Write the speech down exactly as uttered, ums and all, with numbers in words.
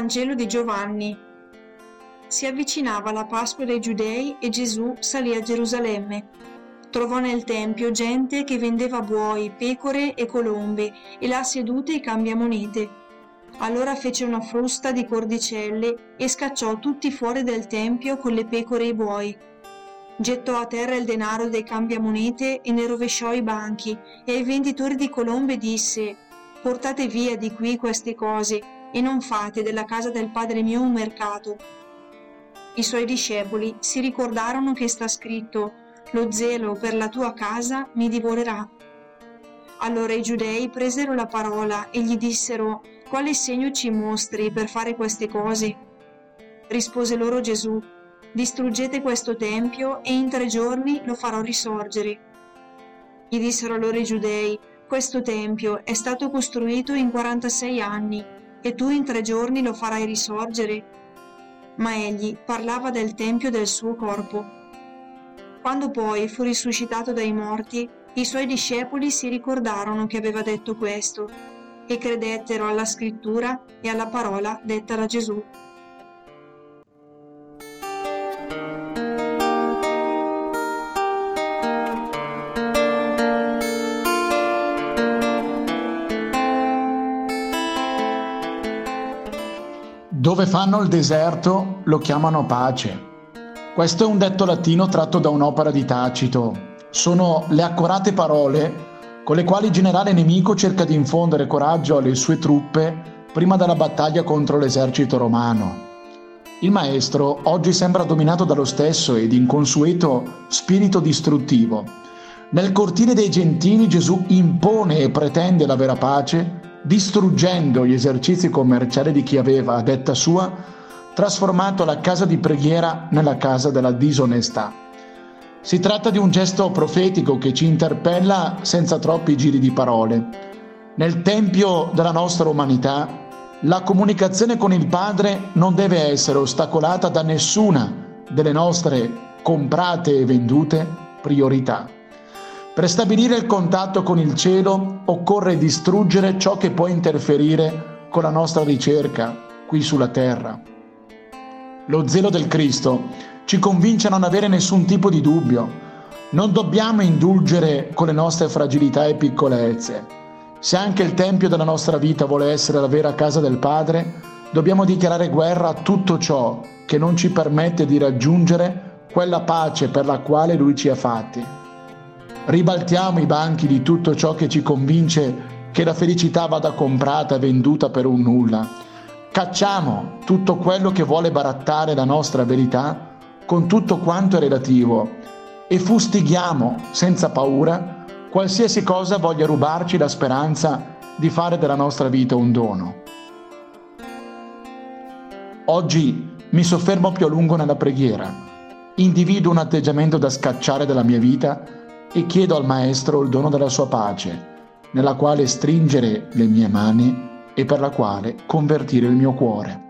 Vangelo di Giovanni. Si avvicinava la Pasqua dei Giudei e Gesù salì a Gerusalemme. Trovò nel tempio gente che vendeva buoi, pecore e colombe e là sedute i cambiamonete. Allora fece una frusta di cordicelle e scacciò tutti fuori del tempio con le pecore e i buoi. Gettò a terra il denaro dei cambiamonete e ne rovesciò i banchi, e ai venditori di colombe disse: «Portate via di qui queste cose e non fate della casa del Padre mio un mercato». I suoi discepoli si ricordarono che sta scritto: «Lo zelo per la tua casa mi divorerà». Allora i giudei presero la parola e gli dissero: «Quale segno ci mostri per fare queste cose?» Rispose loro Gesù: «Distruggete questo tempio e in tre giorni lo farò risorgere». Gli dissero allora i giudei: «Questo tempio è stato costruito in quarantasei anni e tu in tre giorni lo farai risorgere?» Ma egli parlava del tempio del suo corpo. Quando poi fu risuscitato dai morti, i suoi discepoli si ricordarono che aveva detto questo e credettero alla scrittura e alla parola detta da Gesù. Dove fanno il deserto lo chiamano pace. Questo è un detto latino tratto da un'opera di Tacito. Sono le accorate parole con le quali il generale nemico cerca di infondere coraggio alle sue truppe prima della battaglia contro l'esercito romano. Il maestro oggi sembra dominato dallo stesso ed inconsueto spirito distruttivo. Nel cortile dei gentili Gesù impone e pretende la vera pace, distruggendo gli esercizi commerciali di chi aveva, a detta sua, trasformato la casa di preghiera nella casa della disonestà. Si tratta di un gesto profetico che ci interpella senza troppi giri di parole. Nel tempio della nostra umanità, la comunicazione con il Padre non deve essere ostacolata da nessuna delle nostre comprate e vendute priorità. Per stabilire il contatto con il cielo occorre distruggere ciò che può interferire con la nostra ricerca qui sulla terra. Lo zelo del Cristo ci convince a non avere nessun tipo di dubbio. Non dobbiamo indulgere con le nostre fragilità e piccolezze. Se anche il tempio della nostra vita vuole essere la vera casa del Padre, dobbiamo dichiarare guerra a tutto ciò che non ci permette di raggiungere quella pace per la quale Lui ci ha fatti. Ribaltiamo i banchi di tutto ciò che ci convince che la felicità vada comprata e venduta per un nulla. Cacciamo tutto quello che vuole barattare la nostra verità con tutto quanto è relativo e fustighiamo senza paura qualsiasi cosa voglia rubarci la speranza di fare della nostra vita un dono. Oggi mi soffermo più a lungo nella preghiera, individuo un atteggiamento da scacciare dalla mia vita e chiedo al Maestro il dono della sua pace, nella quale stringere le mie mani e per la quale convertire il mio cuore.